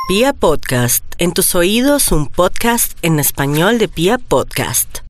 Pia Podcast, en tus oídos un podcast en español de Pia Podcast.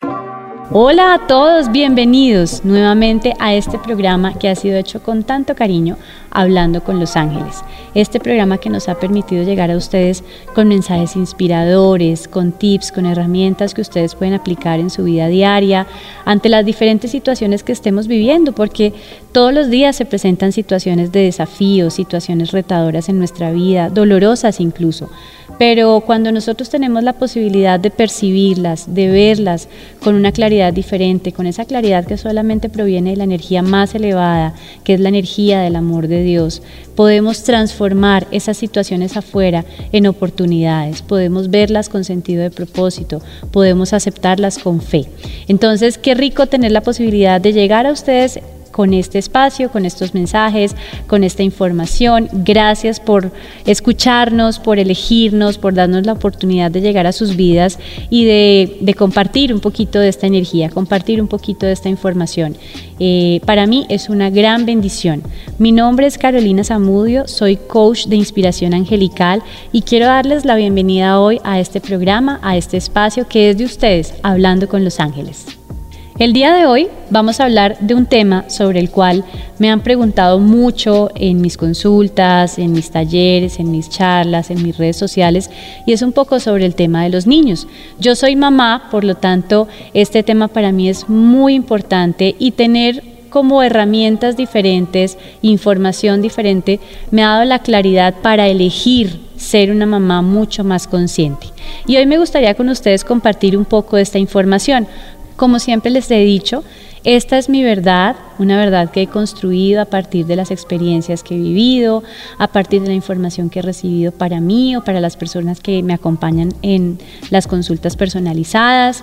Hola a todos, bienvenidos nuevamente a este programa que ha sido hecho con tanto cariño, Hablando con los Ángeles. Este programa que nos ha permitido llegar a ustedes con mensajes inspiradores, con tips, con herramientas que ustedes pueden aplicar en su vida diaria ante las diferentes situaciones que estemos viviendo, porque todos los días se presentan situaciones de desafío, situaciones retadoras en nuestra vida, dolorosas incluso. Pero cuando nosotros tenemos la posibilidad de percibirlas, de verlas con una claridad diferente, con esa claridad que solamente proviene de la energía más elevada, que es la energía del amor de Dios, podemos transformar esas situaciones afuera en oportunidades, podemos verlas con sentido de propósito, podemos aceptarlas con fe. Entonces, qué rico tener la posibilidad de llegar a ustedes con este espacio, con estos mensajes, con esta información. Gracias por escucharnos, por elegirnos, por darnos la oportunidad de llegar a sus vidas y de compartir un poquito de esta energía, compartir un poquito de esta información. Para mí es una gran bendición. Mi nombre es Carolina Zamudio, soy coach de inspiración angelical y quiero darles la bienvenida hoy a este programa, a este espacio que es de ustedes, Hablando con los Ángeles. El día de hoy vamos a hablar de un tema sobre el cual me han preguntado mucho en mis consultas, en mis talleres, en mis charlas, en mis redes sociales, y es un poco sobre el tema de los niños. Yo soy mamá, por lo tanto, este tema para mí es muy importante y tener como herramientas diferentes, información diferente, me ha dado la claridad para elegir ser una mamá mucho más consciente. Y hoy me gustaría con ustedes compartir un poco de esta información. Como siempre les he dicho, esta es mi verdad, una verdad que he construido a partir de las experiencias que he vivido, a partir de la información que he recibido para mí o para las personas que me acompañan en las consultas personalizadas.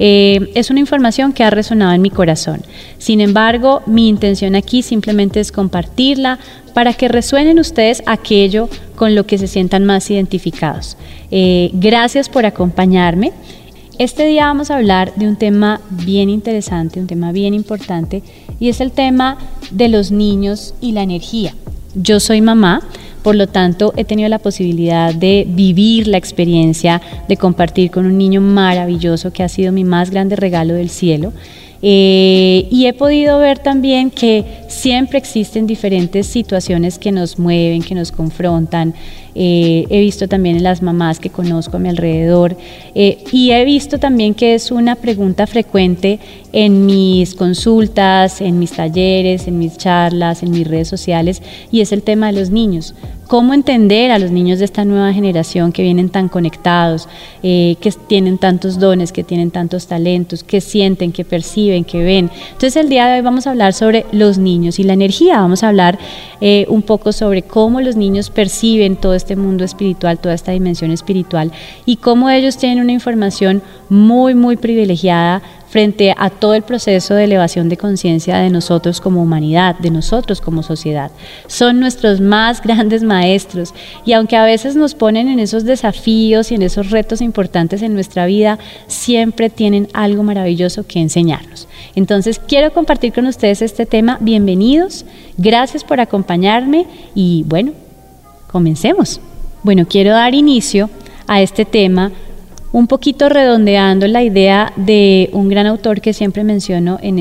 Es una información que ha resonado en mi corazón. Sin embargo, mi intención aquí simplemente es compartirla para que resuenen ustedes aquello con lo que se sientan más identificados. Gracias por acompañarme. Este día vamos a hablar de un tema bien interesante, un tema bien importante, y es el tema de los niños y la energía. Yo soy mamá, por lo tanto he tenido la posibilidad de vivir la experiencia de compartir con un niño maravilloso que ha sido mi más grande regalo del cielo. Y he podido ver también que siempre existen diferentes situaciones que nos mueven, que nos confrontan. He visto también en las mamás que conozco a mi alrededor y he visto también que es una pregunta frecuente en mis consultas, en mis talleres, en mis charlas, en mis redes sociales, y es el tema de los niños. ¿Cómo entender a los niños de esta nueva generación que vienen tan conectados, que tienen tantos dones, que tienen tantos talentos, que sienten, que perciben, que ven? Entonces el día de hoy vamos a hablar sobre los niños y la energía. Vamos a hablar un poco sobre cómo los niños perciben todo este mundo espiritual, toda esta dimensión espiritual, y cómo ellos tienen una información muy, muy privilegiada frente a todo el proceso de elevación de conciencia de nosotros como humanidad, de nosotros como sociedad. Son nuestros más grandes maestros, y aunque a veces nos ponen en esos desafíos y en esos retos importantes en nuestra vida, siempre tienen algo maravilloso que enseñarnos. Entonces quiero compartir con ustedes este tema. Bienvenidos, gracias por acompañarme y bueno, comencemos. Bueno, quiero dar inicio a este tema un poquito redondeando la idea de un gran autor que siempre menciono en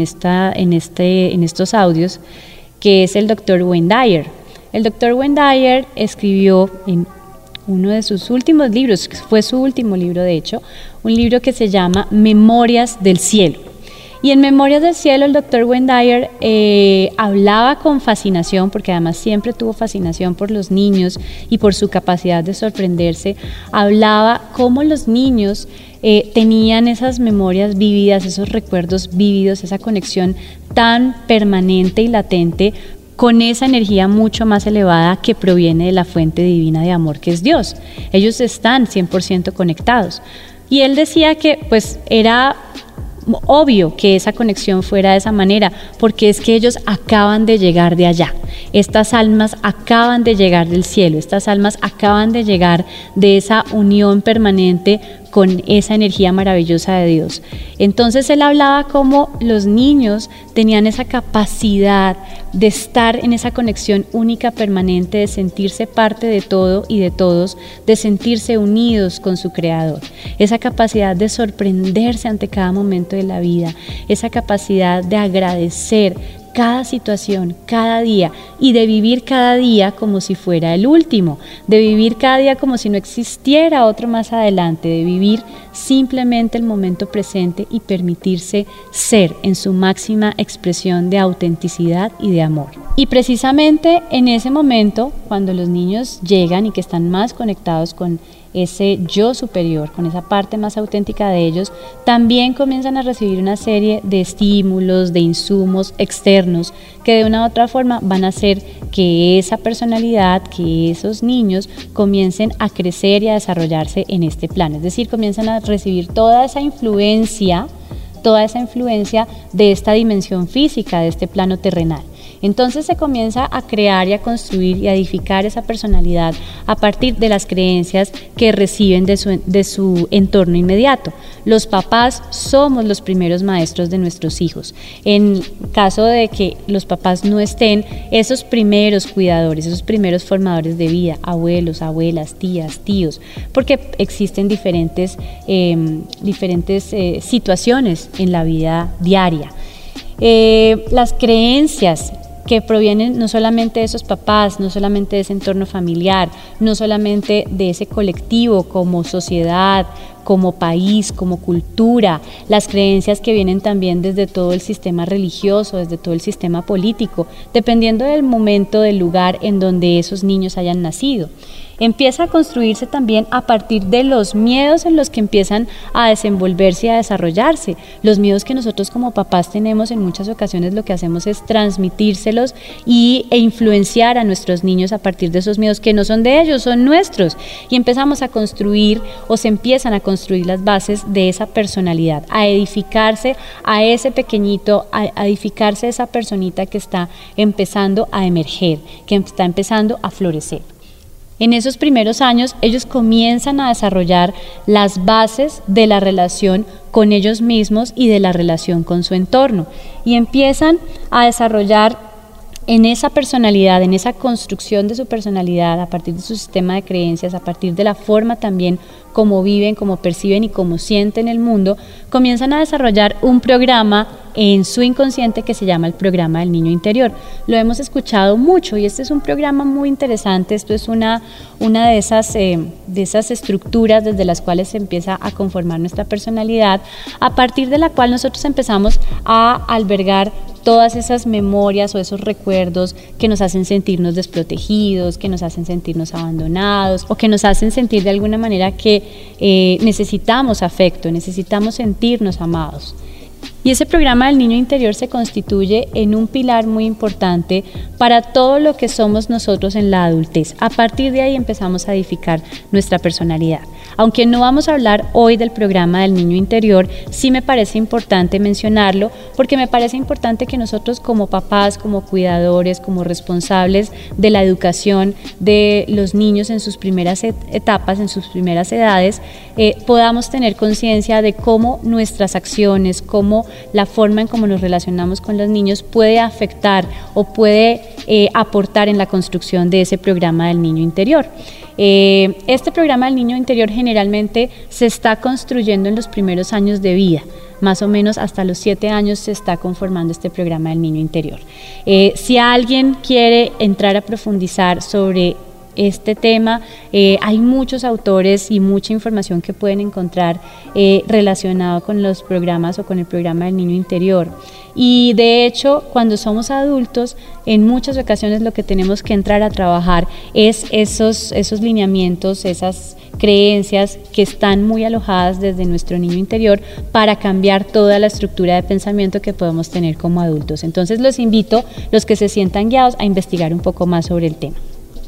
estos audios, que es el Dr. Wayne Dyer. El Dr. Wayne Dyer escribió en uno de sus últimos libros, fue su último libro de hecho, un libro que se llama Memorias del Cielo. Y en Memorias del Cielo el Dr. Wayne Dyer hablaba con fascinación, porque además siempre tuvo fascinación por los niños y por su capacidad de sorprenderse. Hablaba cómo los niños tenían esas memorias vívidas, esos recuerdos vívidos, esa conexión tan permanente y latente con esa energía mucho más elevada que proviene de la fuente divina de amor que es Dios. Ellos están 100% conectados. Y él decía que pues era obvio que esa conexión fuera de esa manera, porque es que ellos acaban de llegar de allá. Estas almas acaban de llegar del cielo, estas almas acaban de llegar de esa unión permanente con esa energía maravillosa de Dios. Entonces él hablaba cómo los niños tenían esa capacidad de estar en esa conexión única, permanente, de sentirse parte de todo y de todos, de sentirse unidos con su Creador, esa capacidad de sorprenderse ante cada momento de la vida, esa capacidad de agradecer cada situación, cada día, y de vivir cada día como si fuera el último, de vivir cada día como si no existiera otro más adelante, de vivir simplemente el momento presente y permitirse ser en su máxima expresión de autenticidad y de amor. Y precisamente en ese momento, cuando los niños llegan y que están más conectados con ese yo superior, con esa parte más auténtica de ellos, también comienzan a recibir una serie de estímulos, de insumos externos que de una u otra forma van a hacer que esa personalidad, que esos niños comiencen a crecer y a desarrollarse en este plano. Es decir, comienzan a recibir toda esa influencia de esta dimensión física, de este plano terrenal. Entonces se comienza a crear y a construir y a edificar esa personalidad a partir de las creencias que reciben de su entorno inmediato. Los papás somos los primeros maestros de nuestros hijos. En caso de que los papás no estén, esos primeros cuidadores, esos primeros formadores de vida, abuelos, abuelas, tías, tíos, porque existen diferentes situaciones en la vida diaria. Las creencias que provienen no solamente de esos papás, no solamente de ese entorno familiar, no solamente de ese colectivo como sociedad, como país, como cultura, las creencias que vienen también desde todo el sistema religioso, desde todo el sistema político, dependiendo del momento, del lugar en donde esos niños hayan nacido. Empieza a construirse también a partir de los miedos en los que empiezan a desenvolverse y a desarrollarse. Los miedos que nosotros como papás tenemos, en muchas ocasiones lo que hacemos es transmitírselos e influenciar a nuestros niños a partir de esos miedos que no son de ellos, son nuestros. Y empezamos a construir, o se empiezan a construir las bases de esa personalidad, a edificarse a ese pequeñito, a edificarse esa personita que está empezando a emerger, que está empezando a florecer. En esos primeros años ellos comienzan a desarrollar las bases de la relación con ellos mismos y de la relación con su entorno, y empiezan a desarrollar en esa personalidad, en esa construcción de su personalidad, a partir de su sistema de creencias, a partir de la forma también como viven, como perciben y como sienten el mundo, comienzan a desarrollar un programa en su inconsciente que se llama el programa del niño interior. Lo hemos escuchado mucho y este es un programa muy interesante. Esto es una de esas estructuras desde las cuales se empieza a conformar nuestra personalidad, a partir de la cual nosotros empezamos a albergar todas esas memorias o esos recuerdos que nos hacen sentirnos desprotegidos, que nos hacen sentirnos abandonados o que nos hacen sentir de alguna manera que necesitamos afecto, necesitamos sentirnos amados. Y ese programa del niño interior se constituye en un pilar muy importante para todo lo que somos nosotros en la adultez. A partir de ahí empezamos a edificar nuestra personalidad. Aunque no vamos a hablar hoy del programa del niño interior, sí me parece importante mencionarlo, porque me parece importante que nosotros como papás, como cuidadores, como responsables de la educación de los niños en sus primeras etapas, en sus primeras edades, podamos tener conciencia de cómo nuestras acciones, cómo la forma en cómo nos relacionamos con los niños puede afectar o puede aportar en la construcción de ese programa del niño interior. Este programa del niño interior generalmente se está construyendo en los primeros años de vida. Más o menos hasta los 7 años se está conformando este programa del niño interior. Si alguien quiere entrar a profundizar sobre este tema, hay muchos autores y mucha información que pueden encontrar relacionado con los programas o con el programa del niño interior. Y de hecho, cuando somos adultos, en muchas ocasiones lo que tenemos que entrar a trabajar es esos lineamientos, esas creencias que están muy alojadas desde nuestro niño interior, para cambiar toda la estructura de pensamiento que podemos tener como adultos. Entonces los invito, los que se sientan guiados, a investigar un poco más sobre el tema.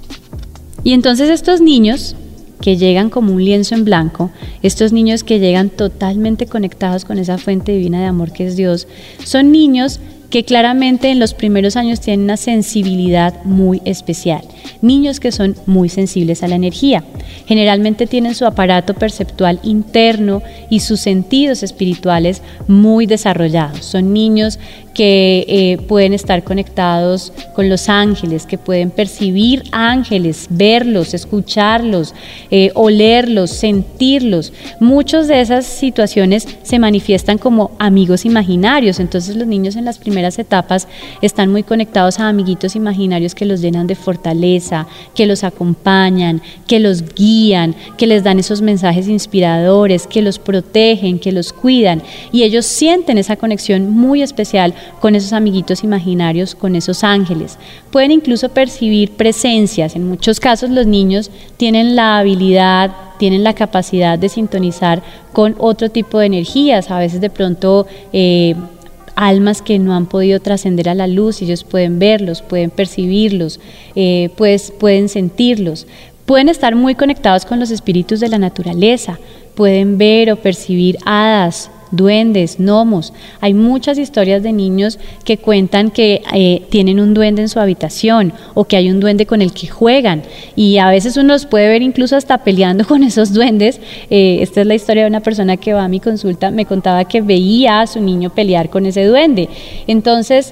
Y entonces estos niños que llegan como un lienzo en blanco, estos niños que llegan totalmente conectados con esa fuente divina de amor que es Dios, son niños que claramente en los primeros años tienen una sensibilidad muy especial, niños que son muy sensibles a la energía. Generalmente tienen su aparato perceptual interno y sus sentidos espirituales muy desarrollados. Son niños que pueden estar conectados con los ángeles, que pueden percibir ángeles, verlos, escucharlos, olerlos, sentirlos. Muchas de esas situaciones se manifiestan como amigos imaginarios. Entonces los niños en las primeras etapas están muy conectados a amiguitos imaginarios que los llenan de fortaleza, que los acompañan, que los guían, que les dan esos mensajes inspiradores, que los protegen, que los cuidan, y ellos sienten esa conexión muy especial con esos amiguitos imaginarios, con esos ángeles. Pueden incluso percibir presencias. En muchos casos los niños tienen la habilidad, tienen la capacidad de sintonizar con otro tipo de energías. A veces de pronto almas que no han podido trascender a la luz, ellos pueden verlos, pueden percibirlos, pues pueden sentirlos. Pueden estar muy conectados con los espíritus de la naturaleza, pueden ver o percibir hadas, duendes, gnomos. Hay muchas historias de niños que cuentan que tienen un duende en su habitación o que hay un duende con el que juegan, y a veces uno los puede ver incluso hasta peleando con esos duendes. Esta es la historia de una persona que va a mi consulta, me contaba que veía a su niño pelear con ese duende. Entonces,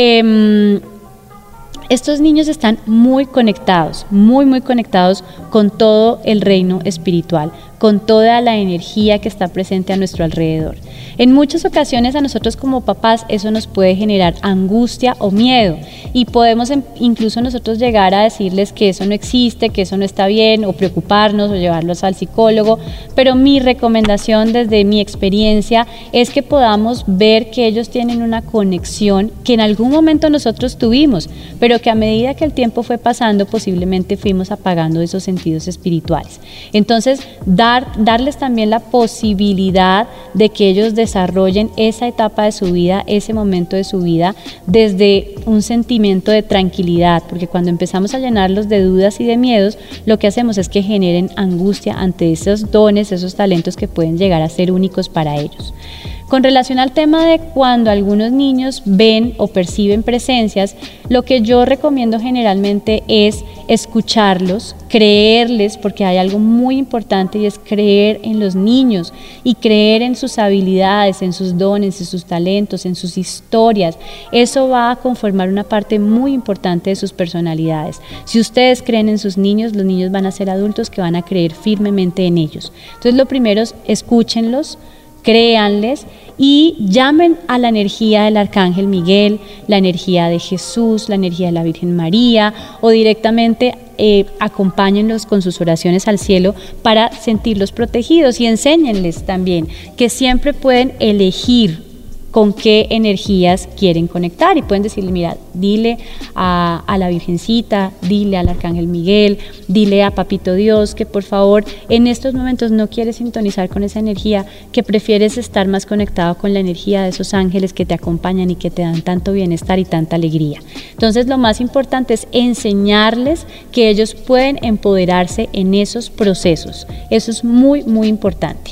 estos niños están muy conectados, muy conectados con todo el reino espiritual, con toda la energía que está presente a nuestro alrededor. En muchas ocasiones a nosotros como papás eso nos puede generar angustia o miedo, y podemos incluso nosotros llegar a decirles que eso no existe, que eso no está bien, o preocuparnos o llevarlos al psicólogo. Pero mi recomendación desde mi experiencia es que podamos ver que ellos tienen una conexión que en algún momento nosotros tuvimos, pero que a medida que el tiempo fue pasando posiblemente fuimos apagando esos sentidos espirituales. Entonces, darles también la posibilidad de que ellos desarrollen esa etapa de su vida, ese momento de su vida, desde un sentimiento de tranquilidad, porque cuando empezamos a llenarlos de dudas y de miedos, lo que hacemos es que generen angustia ante esos dones, esos talentos que pueden llegar a ser únicos para ellos. Con relación al tema de cuando algunos niños ven o perciben presencias, lo que yo recomiendo generalmente es escucharlos, creerles, porque hay algo muy importante y es creer en los niños y creer en sus habilidades, en sus dones, en sus talentos, en sus historias. Eso va a conformar una parte muy importante de sus personalidades. Si ustedes creen en sus niños, los niños van a ser adultos que van a creer firmemente en ellos. Entonces, lo primero es escúchenlos, créanles y llamen a la energía del Arcángel Miguel, la energía de Jesús, la energía de la Virgen María, o directamente acompáñenlos con sus oraciones al cielo para sentirlos protegidos, y enséñenles también que siempre pueden elegir con qué energías quieren conectar, y pueden decirle: mira, dile a la Virgencita, dile al Arcángel Miguel, dile a Papito Dios que por favor en estos momentos no quieres sintonizar con esa energía, que prefieres estar más conectado con la energía de esos ángeles que te acompañan y que te dan tanto bienestar y tanta alegría. Entonces, lo más importante es enseñarles que ellos pueden empoderarse en esos procesos. Eso es muy importante.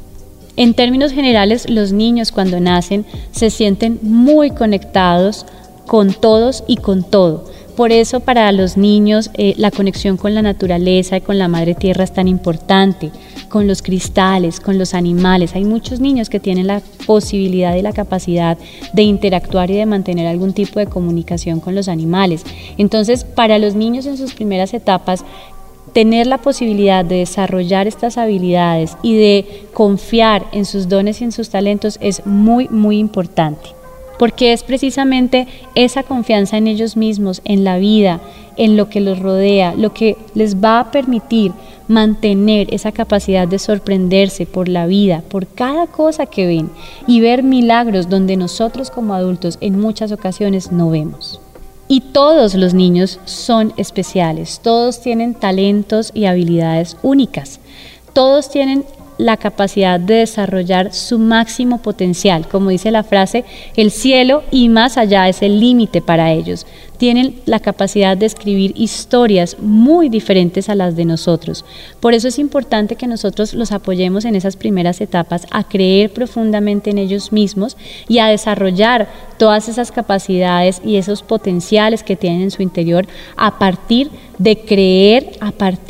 En términos generales, los niños cuando nacen se sienten muy conectados con todos y con todo. Por eso para los niños la conexión con la naturaleza y con la madre tierra es tan importante, con los cristales, con los animales. Hay muchos niños que tienen la posibilidad y la capacidad de interactuar y de mantener algún tipo de comunicación con los animales. Entonces, para los niños en sus primeras etapas, tener la posibilidad de desarrollar estas habilidades y de confiar en sus dones y en sus talentos es muy importante, porque es precisamente esa confianza en ellos mismos, en la vida, en lo que los rodea, lo que les va a permitir mantener esa capacidad de sorprenderse por la vida, por cada cosa que ven, y ver milagros donde nosotros como adultos en muchas ocasiones no vemos. Y todos los niños son especiales, todos tienen talentos y habilidades únicas, todos tienen la capacidad de desarrollar su máximo potencial. Como dice la frase, el cielo y más allá es el límite para ellos. Tienen la capacidad de escribir historias muy diferentes a las de nosotros. Por eso es importante que nosotros los apoyemos en esas primeras etapas a creer profundamente en ellos mismos y a desarrollar todas esas capacidades y esos potenciales que tienen en su interior a partir de creer, a partir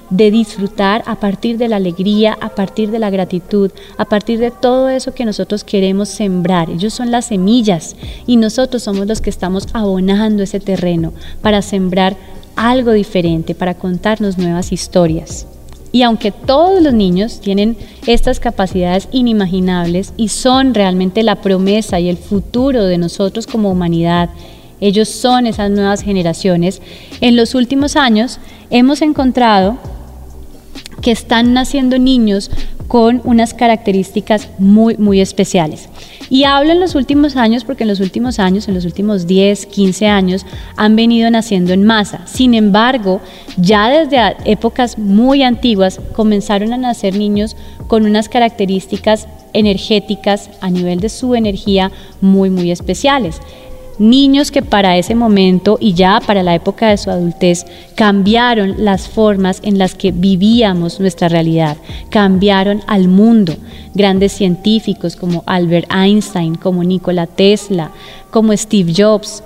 de disfrutar a partir de la alegría, a partir de la gratitud, a partir de todo eso que nosotros queremos sembrar. Ellos son las semillas y nosotros somos los que estamos abonando ese terreno para sembrar algo diferente, para contarnos nuevas historias. Y aunque todos los niños tienen estas capacidades inimaginables y son realmente la promesa y el futuro de nosotros como humanidad, ellos son esas nuevas generaciones, en los últimos años hemos encontrado que están naciendo niños con unas características muy especiales. Y hablo en los últimos años porque en los últimos años, en los últimos 10, 15 años, han venido naciendo en masa. Sin embargo, ya desde épocas muy antiguas comenzaron a nacer niños con unas características energéticas a nivel de su energía muy especiales. Niños que para ese momento y ya para la época de su adultez cambiaron las formas en las que vivíamos nuestra realidad, cambiaron al mundo. Grandes científicos como Albert Einstein, como Nikola Tesla, como Steve Jobs,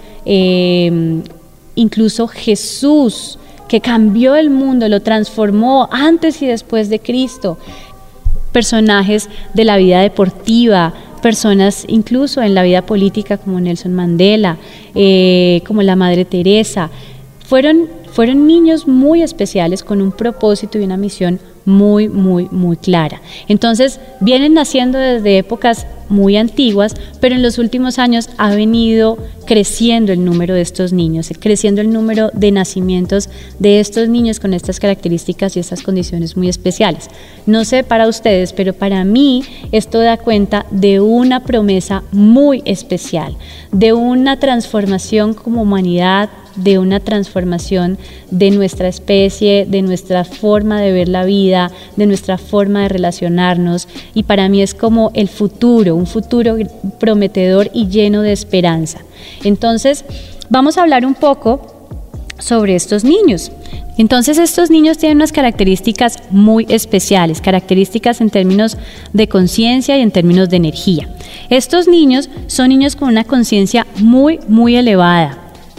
incluso Jesús, que cambió el mundo, lo transformó antes y después de Cristo. Personajes de la vida deportiva, personas incluso en la vida política como Nelson Mandela, como la Madre Teresa, fueron niños muy especiales con un propósito y una misión muy clara. Entonces vienen naciendo desde épocas muy antiguas, pero en los últimos años ha venido creciendo el número de estos niños, creciendo el número de nacimientos de estos niños con estas características y estas condiciones muy especiales. No sé para ustedes, pero para mí esto da cuenta de una promesa muy especial, de una transformación como humanidad, de una transformación de nuestra especie, de nuestra forma de ver la vida, de nuestra forma de relacionarnos, y para mí es como el futuro, un futuro prometedor y lleno de esperanza. Entonces, vamos a hablar un poco sobre estos niños. Entonces, estos niños tienen unas características muy especiales, características en términos de conciencia y en términos de energía. Estos niños son niños con una conciencia muy elevada,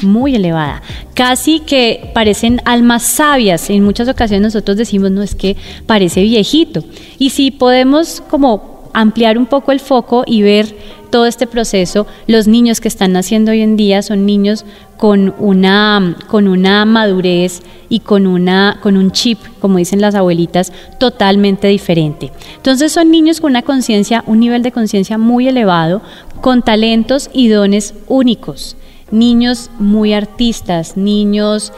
casi que parecen almas sabias. En muchas ocasiones nosotros decimos, no, es que parece viejito. Y si podemos como ampliar un poco el foco y ver todo este proceso, los niños que están naciendo hoy en día son niños con una madurez y con un chip, como dicen las abuelitas, totalmente diferente. Entonces son niños con una conciencia, un nivel de conciencia muy elevado, con talentos y dones únicos. Niños muy artistas, niños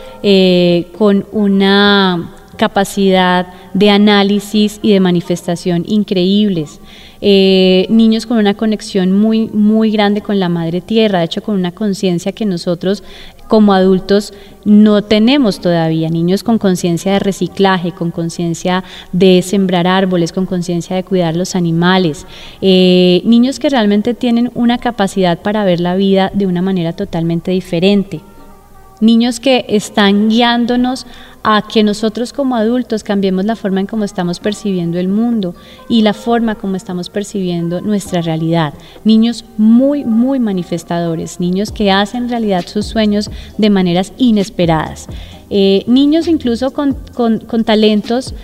con una capacidad de análisis y de manifestación increíbles, niños con una conexión muy grande con la madre tierra, de hecho con una conciencia que nosotros como adultos no tenemos todavía, niños con conciencia de reciclaje, con conciencia de sembrar árboles, con conciencia de cuidar los animales, niños que realmente tienen una capacidad para ver la vida de una manera totalmente diferente. Niños que están guiándonos a que nosotros como adultos cambiemos la forma en cómo estamos percibiendo el mundo y la forma como estamos percibiendo nuestra realidad. Niños muy manifestadores, niños que hacen realidad sus sueños de maneras inesperadas. Niños incluso con talentos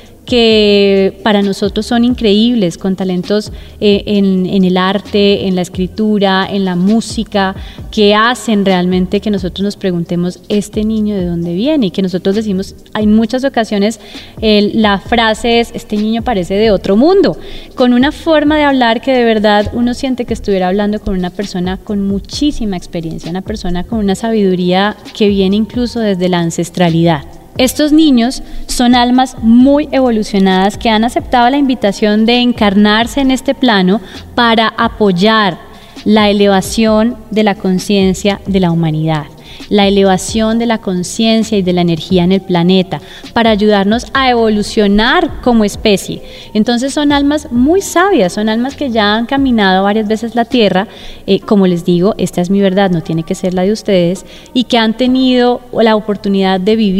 que para nosotros son increíbles, con talentos en el arte, en la escritura, en la música, que hacen realmente que nosotros nos preguntemos, ¿este niño de dónde viene? Y que nosotros decimos, en muchas ocasiones la frase es, este niño parece de otro mundo, con una forma de hablar que de verdad uno siente que estuviera hablando con una persona con muchísima experiencia, una persona con una sabiduría que viene incluso desde la ancestralidad. Estos niños son almas muy evolucionadas que han aceptado la invitación de encarnarse en este plano para apoyar la elevación de la conciencia de la humanidad, la elevación de la conciencia y de la energía en el planeta, para ayudarnos a evolucionar como especie. Entonces son almas muy sabias, son almas que ya han caminado varias veces la tierra, como les digo, esta es mi verdad, no tiene que ser la de ustedes, y que han tenido la oportunidad de vivir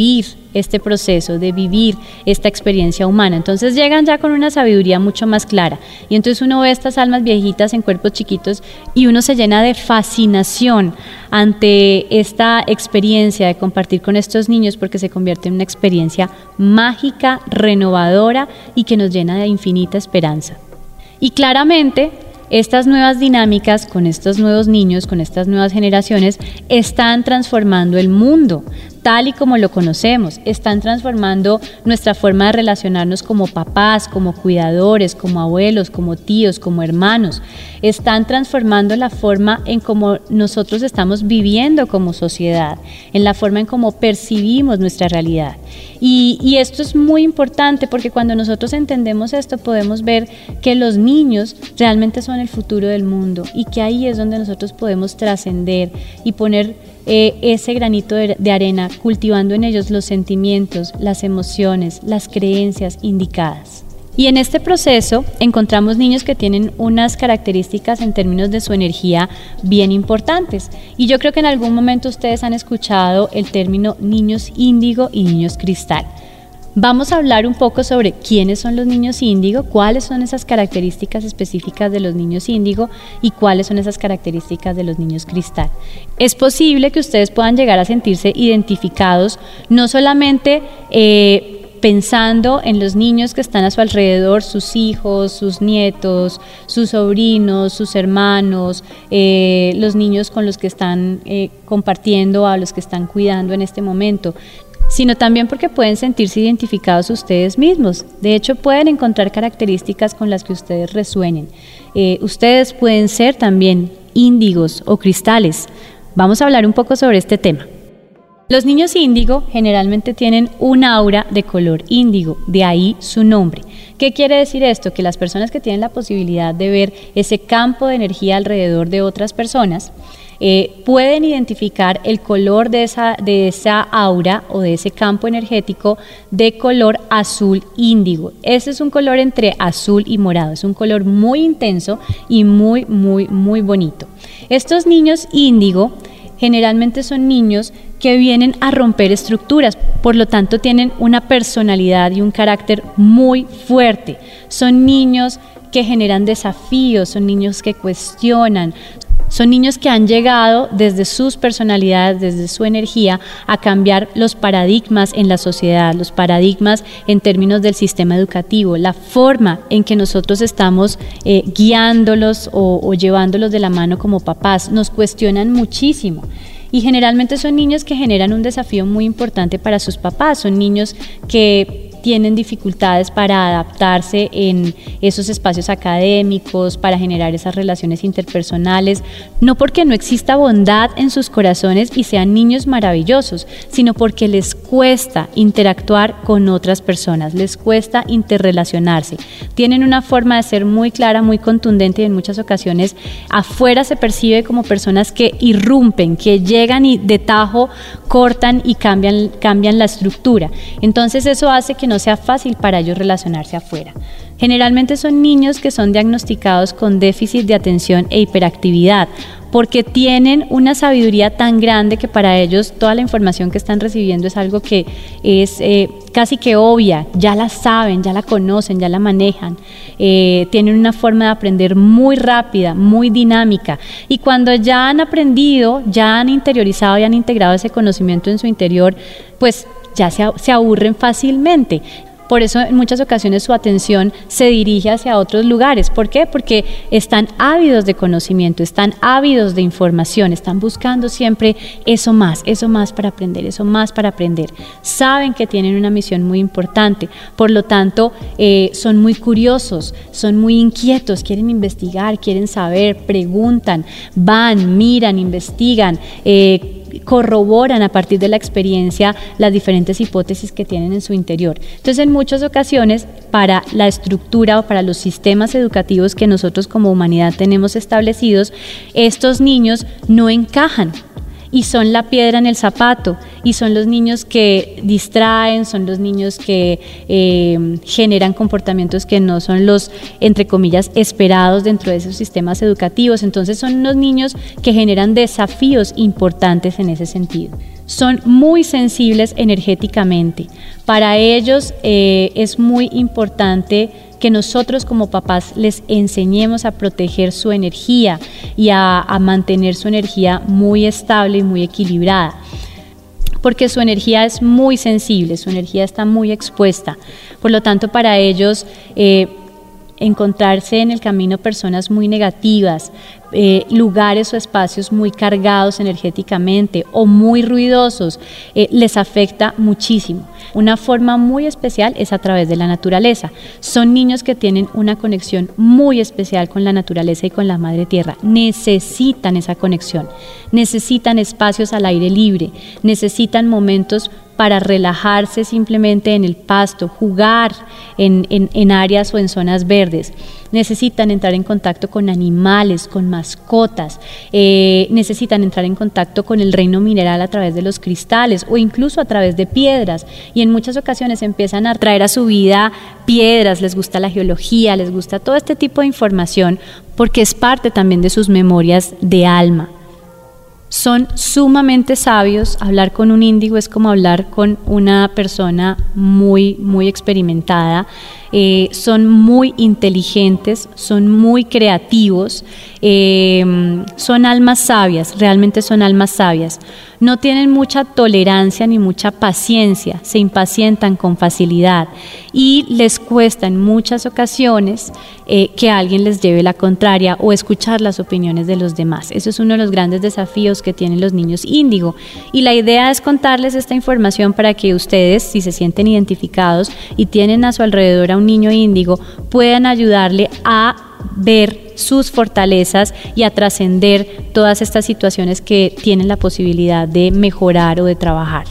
este proceso, de vivir esta experiencia humana. Entonces llegan ya con una sabiduría mucho más clara. Y entonces uno ve estas almas viejitas en cuerpos chiquitos y uno se llena de fascinación ante esta experiencia de compartir con estos niños, porque se convierte en una experiencia mágica, renovadora y que nos llena de infinita esperanza. Y claramente estas nuevas dinámicas con estos nuevos niños, con estas nuevas generaciones, están transformando el mundo tal y como lo conocemos, están transformando nuestra forma de relacionarnos como papás, como cuidadores, como abuelos, como tíos, como hermanos, están transformando la forma en cómo nosotros estamos viviendo como sociedad, en la forma en cómo percibimos nuestra realidad. Y esto es muy importante porque cuando nosotros entendemos esto podemos ver que los niños realmente son el futuro del mundo y que ahí es donde nosotros podemos trascender y poner ese granito de arena, cultivando en ellos los sentimientos, las emociones, las creencias indicadas. Y en este proceso encontramos niños que tienen unas características en términos de su energía bien importantes. Y yo creo que en algún momento ustedes han escuchado el término niños índigo y niños cristal. Vamos a hablar un poco sobre quiénes son los niños índigo, cuáles son esas características específicas de los niños índigo y cuáles son esas características de los niños cristal. Es posible que ustedes puedan llegar a sentirse identificados, no solamente pensando en los niños que están a su alrededor, sus hijos, sus nietos, sus sobrinos, sus hermanos, los niños con los que están compartiendo, a los que están cuidando en este momento, sino también porque pueden sentirse identificados ustedes mismos. De hecho, pueden encontrar características con las que ustedes resuenen. Ustedes pueden ser también índigos o cristales. Vamos a hablar un poco sobre este tema. Los niños índigo generalmente tienen un aura de color índigo, de ahí su nombre. ¿Qué quiere decir esto? Que las personas que tienen la posibilidad de ver ese campo de energía alrededor de otras personas pueden identificar el color de esa aura o de ese campo energético de color azul índigo. Ese es un color entre azul y morado, es un color muy intenso y muy, muy, muy bonito. Estos niños índigo generalmente son niños que vienen a romper estructuras, por lo tanto tienen una personalidad y un carácter muy fuerte. Son niños que generan desafíos, son niños que cuestionan, son niños que han llegado desde sus personalidades, desde su energía, a cambiar los paradigmas en la sociedad, los paradigmas en términos del sistema educativo, la forma en que nosotros estamos guiándolos o llevándolos de la mano como papás. Nos cuestionan muchísimo. Y generalmente son niños que generan un desafío muy importante para sus papás, son niños que tienen dificultades para adaptarse en esos espacios académicos, para generar esas relaciones interpersonales, no porque no exista bondad en sus corazones y sean niños maravillosos, sino porque les cuesta interactuar con otras personas, les cuesta interrelacionarse. Tienen una forma de ser muy clara, muy contundente y en muchas ocasiones afuera se percibe como personas que irrumpen, que llegan y de tajo cortan y cambian la estructura. Entonces eso hace que no sea fácil para ellos relacionarse afuera. Generalmente son niños que son diagnosticados con déficit de atención e hiperactividad, porque tienen una sabiduría tan grande que para ellos toda la información que están recibiendo es algo que es casi que obvia, ya la saben, ya la conocen, ya la manejan, tienen una forma de aprender muy rápida, muy dinámica, y cuando ya han aprendido, ya han interiorizado y han integrado ese conocimiento en su interior, pues ya se aburren fácilmente. Por eso en muchas ocasiones su atención se dirige hacia otros lugares. ¿Por qué? Porque están ávidos de conocimiento, están ávidos de información, están buscando siempre eso más para aprender, eso más para aprender. Saben que tienen una misión muy importante, por lo tanto son muy curiosos, son muy inquietos, quieren investigar, quieren saber, preguntan, van, miran, investigan, corroboran a partir de la experiencia las diferentes hipótesis que tienen en su interior. Entonces, en muchas ocasiones, para la estructura o para los sistemas educativos que nosotros como humanidad tenemos establecidos, estos niños no encajan. y son la piedra en el zapato, y son los niños que distraen, son los niños que generan comportamientos que no son los, entre comillas, esperados dentro de esos sistemas educativos. Entonces son unos niños que generan desafíos importantes en ese sentido. Son muy sensibles energéticamente. Para ellos es muy importante que nosotros como papás les enseñemos a proteger su energía y a mantener su energía muy estable y muy equilibrada, porque su energía es muy sensible, su energía está muy expuesta. Por lo tanto, para ellos encontrarse en el camino personas muy negativas, lugares o espacios muy cargados energéticamente o muy ruidosos, les afecta muchísimo. Una forma muy especial es a través de la naturaleza. Son niños que tienen una conexión muy especial con la naturaleza y con la madre tierra. Necesitan esa conexión, necesitan espacios al aire libre, necesitan momentos para relajarse simplemente en el pasto, jugar en áreas o en zonas verdes. Necesitan entrar en contacto con animales, con mascotas, necesitan entrar en contacto con el reino mineral a través de los cristales o incluso a través de piedras, y en muchas ocasiones empiezan a traer a su vida piedras, les gusta la geología, les gusta todo este tipo de información porque es parte también de sus memorias de alma. Son sumamente sabios. Hablar con un índigo es como hablar con una persona muy, muy experimentada. Son muy inteligentes, son muy creativos, son almas sabias, realmente son almas sabias. No tienen mucha tolerancia ni mucha paciencia, se impacientan con facilidad y les cuesta en muchas ocasiones que alguien les lleve la contraria o escuchar las opiniones de los demás. Eso es uno de los grandes desafíos que tienen los niños índigo, y la idea es contarles esta información para que ustedes, si se sienten identificados y tienen a su alrededor a un niño índigo, puedan ayudarle a ver sus fortalezas y a trascender todas estas situaciones que tienen la posibilidad de mejorar o de trabajar.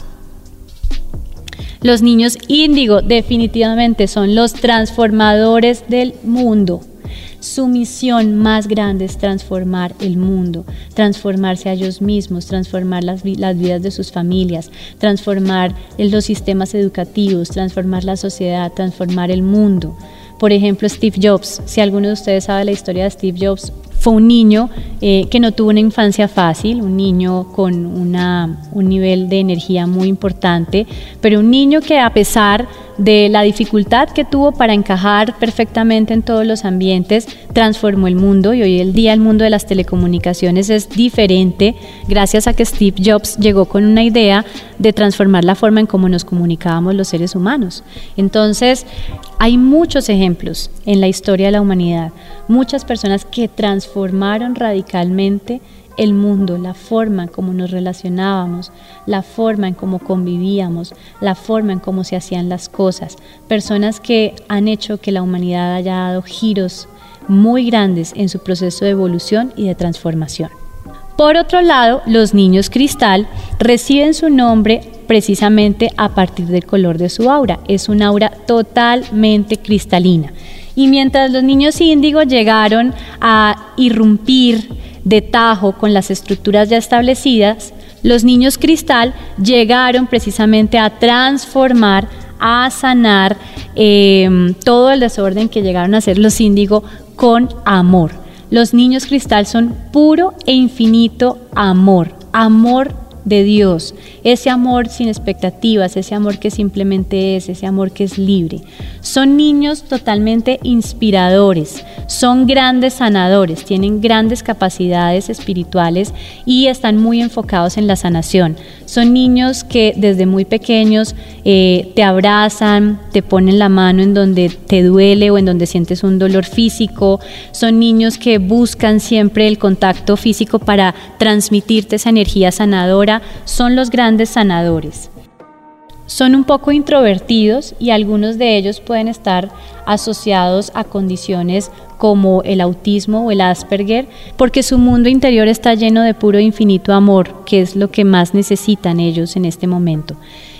Los niños índigo definitivamente son los transformadores del mundo. Su misión más grande es transformar el mundo, transformarse a ellos mismos, transformar las vidas de sus familias, transformar los sistemas educativos, transformar la sociedad, transformar el mundo. Por ejemplo, Steve Jobs. Si alguno de ustedes sabe la historia de Steve Jobs, fue un niño que no tuvo una infancia fácil, un niño con un nivel de energía muy importante, pero un niño que, a pesar de la dificultad que tuvo para encajar perfectamente en todos los ambientes, transformó el mundo, y hoy en día el mundo de las telecomunicaciones es diferente gracias a que Steve Jobs llegó con una idea de transformar la forma en cómo nos comunicábamos los seres humanos. Entonces, hay muchos ejemplos en la historia de la humanidad, muchas personas que transformaron radicalmente el mundo, la forma en cómo nos relacionábamos, la forma en cómo convivíamos, la forma en cómo se hacían las cosas. Personas que han hecho que la humanidad haya dado giros muy grandes en su proceso de evolución y de transformación. Por otro lado, los niños cristal reciben su nombre precisamente a partir del color de su aura. Es un aura totalmente cristalina. Y mientras los niños índigo llegaron a irrumpir de tajo con las estructuras ya establecidas, los niños cristal llegaron precisamente a transformar, a sanar todo el desorden que llegaron a hacer los índigo con amor. Los niños cristal son puro e infinito amor, amor de Dios, ese amor sin expectativas, ese amor que simplemente es, ese amor que es libre. Son niños totalmente inspiradores, son grandes sanadores, tienen grandes capacidades espirituales y están muy enfocados en la sanación. Son niños que desde muy pequeños te abrazan, te ponen la mano en donde te duele o en donde sientes un dolor físico. Son niños que buscan siempre el contacto físico para transmitirte esa energía sanadora. Son los grandes sanadores. Son un poco introvertidos y algunos de ellos pueden estar asociados a condiciones como el autismo o el Asperger, porque su mundo interior está lleno de puro e infinito amor, que es lo que más necesitan ellos en este momento.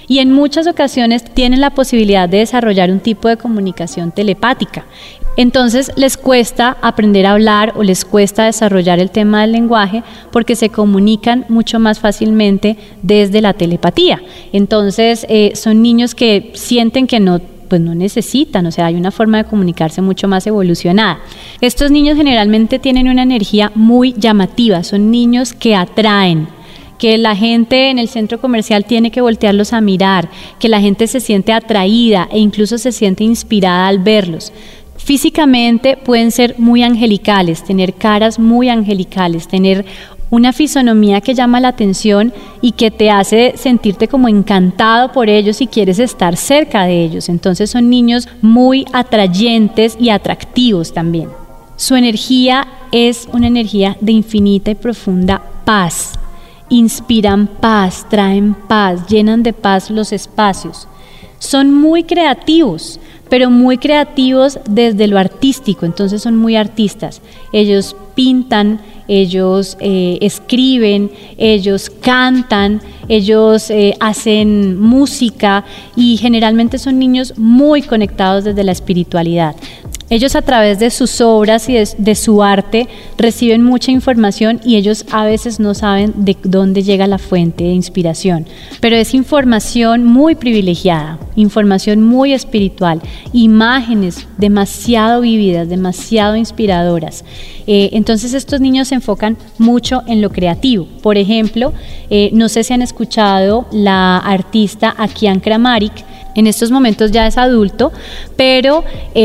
y en muchas ocasiones tienen la posibilidad de desarrollar un tipo de comunicación telepática. Entonces les cuesta aprender a hablar o les cuesta desarrollar el tema del lenguaje porque se comunican mucho más fácilmente desde la telepatía. Entonces son niños que sienten que no necesitan, o sea, hay una forma de comunicarse mucho más evolucionada. Estos niños generalmente tienen una energía muy llamativa, son niños que atraen, que la gente en el centro comercial tiene que voltearlos a mirar, que la gente se siente atraída e incluso se siente inspirada al verlos. Físicamente pueden ser muy angelicales, tener caras muy angelicales, tener una fisonomía que llama la atención y que te hace sentirte como encantado por ellos y quieres estar cerca de ellos. Entonces son niños muy atrayentes y atractivos también. Su energía es una energía de infinita y profunda paz. Inspiran paz, traen paz, llenan de paz los espacios. Son muy creativos, pero muy creativos desde lo artístico, entonces son muy artistas. Ellos pintan, ellos escriben, ellos cantan, ellos hacen música y generalmente son niños muy conectados desde la espiritualidad. Ellos a través de sus obras y de su arte reciben mucha información y ellos a veces no saben de dónde llega la fuente de inspiración, pero es información muy privilegiada, información muy espiritual, imágenes demasiado vívidas, demasiado inspiradoras. Entonces estos niños se enfocan mucho en lo creativo. Por ejemplo, no sé si han escuchado la artista Akian Kramaric. En estos momentos ya es adulto, pero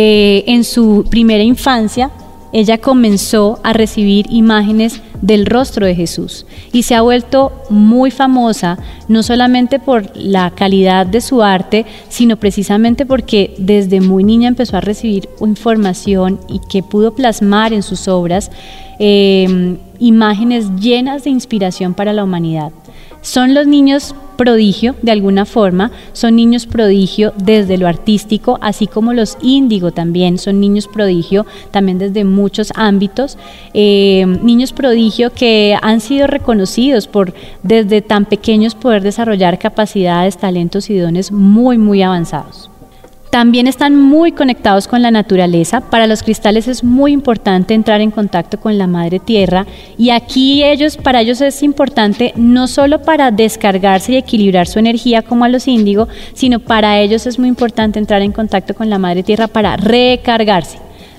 en su primera infancia ella comenzó a recibir imágenes del rostro de Jesús y se ha vuelto muy famosa, no solamente por la calidad de su arte, sino precisamente porque desde muy niña empezó a recibir información y que pudo plasmar en sus obras imágenes llenas de inspiración para la humanidad. Son los niños prodigio, de alguna forma, son niños prodigio desde lo artístico, así como los índigo también son niños prodigio, también desde muchos ámbitos, niños prodigio que han sido reconocidos por desde tan pequeños poder desarrollar capacidades, talentos y dones muy, muy avanzados. También están muy conectados con la naturaleza. Para los cristales es muy importante entrar en contacto con la madre tierra y aquí para ellos es importante no solo para descargarse y equilibrar su energía como a los índigo, sino para ellos es muy importante entrar en contacto con la madre tierra para recargarse.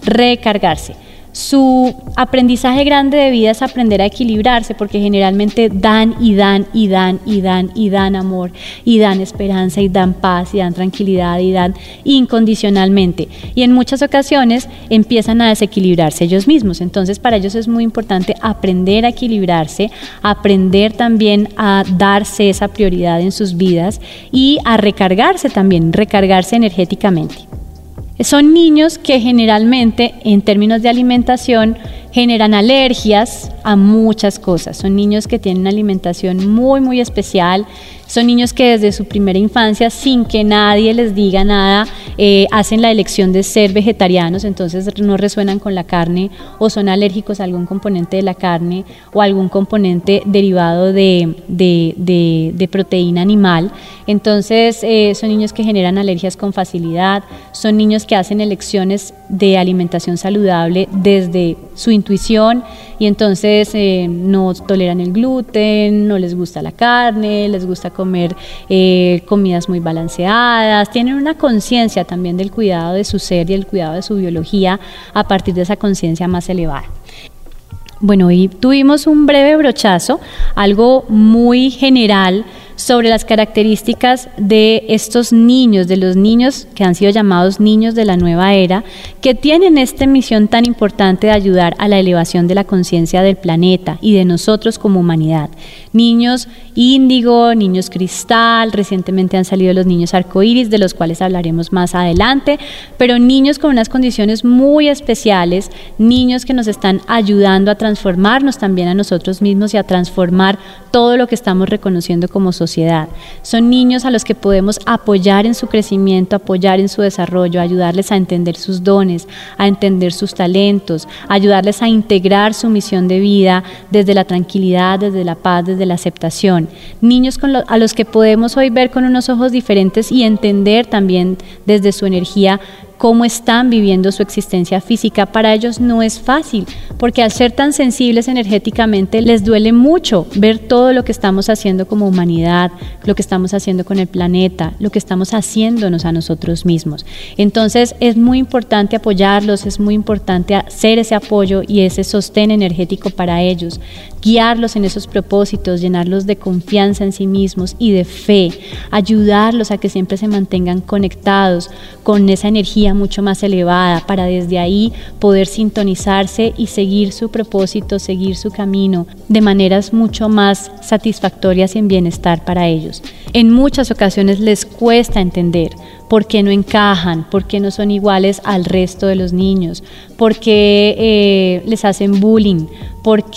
Su aprendizaje grande de vida es aprender a equilibrarse porque generalmente dan y dan y dan y dan y dan amor y dan esperanza y dan paz y dan tranquilidad y dan incondicionalmente y en muchas ocasiones empiezan a desequilibrarse ellos mismos. Entonces para ellos es muy importante aprender a equilibrarse, aprender también a darse esa prioridad en sus vidas y a recargarse también, recargarse energéticamente. Son niños que generalmente, en términos de alimentación, generan alergias a muchas cosas. Son niños que tienen una alimentación muy, muy especial. Son niños que desde su primera infancia, sin que nadie les diga nada, hacen la elección de ser vegetarianos, entonces no resuenan con la carne o son alérgicos a algún componente de la carne o algún componente derivado de proteína animal. Entonces son niños que generan alergias con facilidad, son niños que hacen elecciones de alimentación saludable desde su intuición y entonces no toleran el gluten, no les gusta la carne, les gusta comer comidas muy balanceadas, tienen una conciencia también del cuidado de su ser y el cuidado de su biología a partir de esa conciencia más elevada. Bueno, y tuvimos un breve brochazo, algo muy general sobre las características de estos niños, de los niños que han sido llamados niños de la nueva era, que tienen esta misión tan importante de ayudar a la elevación de la conciencia del planeta y de nosotros como humanidad. Niños índigo, niños cristal, recientemente han salido los niños arcoíris, de los cuales hablaremos más adelante, pero niños con unas condiciones muy especiales, niños que nos están ayudando a transformarnos también a nosotros mismos y a transformar todo lo que estamos reconociendo como sociedad. sociedad. Son niños a los que podemos apoyar en su crecimiento, apoyar en su desarrollo, ayudarles a entender sus dones, a entender sus talentos, ayudarles a integrar su misión de vida desde la tranquilidad, desde la paz, desde la aceptación. Niños a los que podemos hoy ver con unos ojos diferentes y entender también desde su energía cómo están viviendo su existencia física. Para ellos no es fácil, porque al ser tan sensibles energéticamente les duele mucho ver todo lo que estamos haciendo como humanidad, lo que estamos haciendo con el planeta, lo que estamos haciéndonos a nosotros mismos. Entonces es muy importante apoyarlos, es muy importante hacer ese apoyo y ese sostén energético para ellos, guiarlos en esos propósitos, llenarlos de confianza en sí mismos y de fe, ayudarlos a que siempre se mantengan conectados con esa energía mucho más elevada, para desde ahí poder sintonizarse y seguir su propósito, seguir su camino de maneras mucho más satisfactorias y en bienestar para ellos. En muchas ocasiones les cuesta entender por qué no encajan, por qué no son iguales al resto de los niños, por qué les hacen bullying, por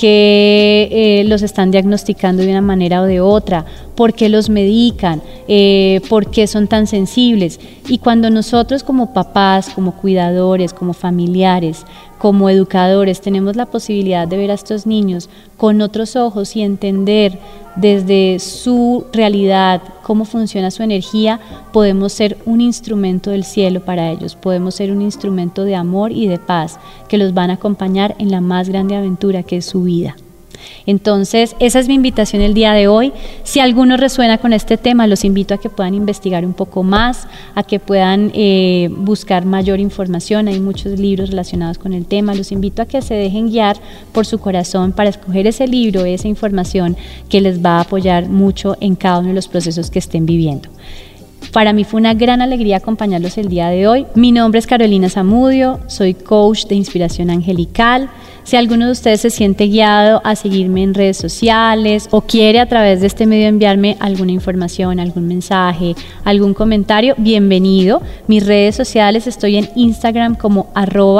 qué los están diagnosticando de una manera o de otra, por qué los medican, por qué son tan sensibles. Y cuando nosotros como papás, como cuidadores, como familiares, como educadores tenemos la posibilidad de ver a estos niños con otros ojos y entender desde su realidad cómo funciona su energía, podemos ser un instrumento del cielo para ellos, podemos ser un instrumento de amor y de paz que los van a acompañar en la más grande aventura que es su vida. Entonces, esa es mi invitación el día de hoy. Si alguno resuena con este tema, los invito a que puedan investigar un poco más, a que puedan buscar mayor información. Hay muchos libros relacionados con el tema. Los invito a que se dejen guiar por su corazón para escoger ese libro, esa información que les va a apoyar mucho en cada uno de los procesos que estén viviendo. Para mí fue una gran alegría acompañarlos el día de hoy. Mi nombre es Carolina Zamudio, soy coach de inspiración angelical. Si alguno de ustedes se siente guiado a seguirme en redes sociales o quiere a través de este medio enviarme alguna información, algún mensaje, algún comentario, bienvenido. Mis redes sociales, estoy en Instagram como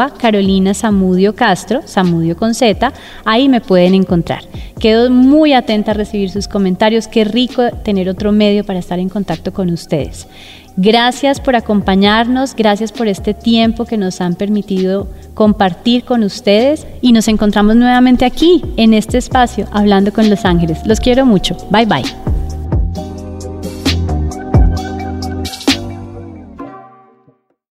@CarolinaZamudioCastro, Zamudio con Z, ahí me pueden encontrar. Quedo muy atenta a recibir sus comentarios, qué rico tener otro medio para estar en contacto con ustedes. Gracias por acompañarnos, gracias por este tiempo que nos han permitido compartir con ustedes y nos encontramos nuevamente aquí en este espacio hablando con los ángeles. Los quiero mucho. Bye bye.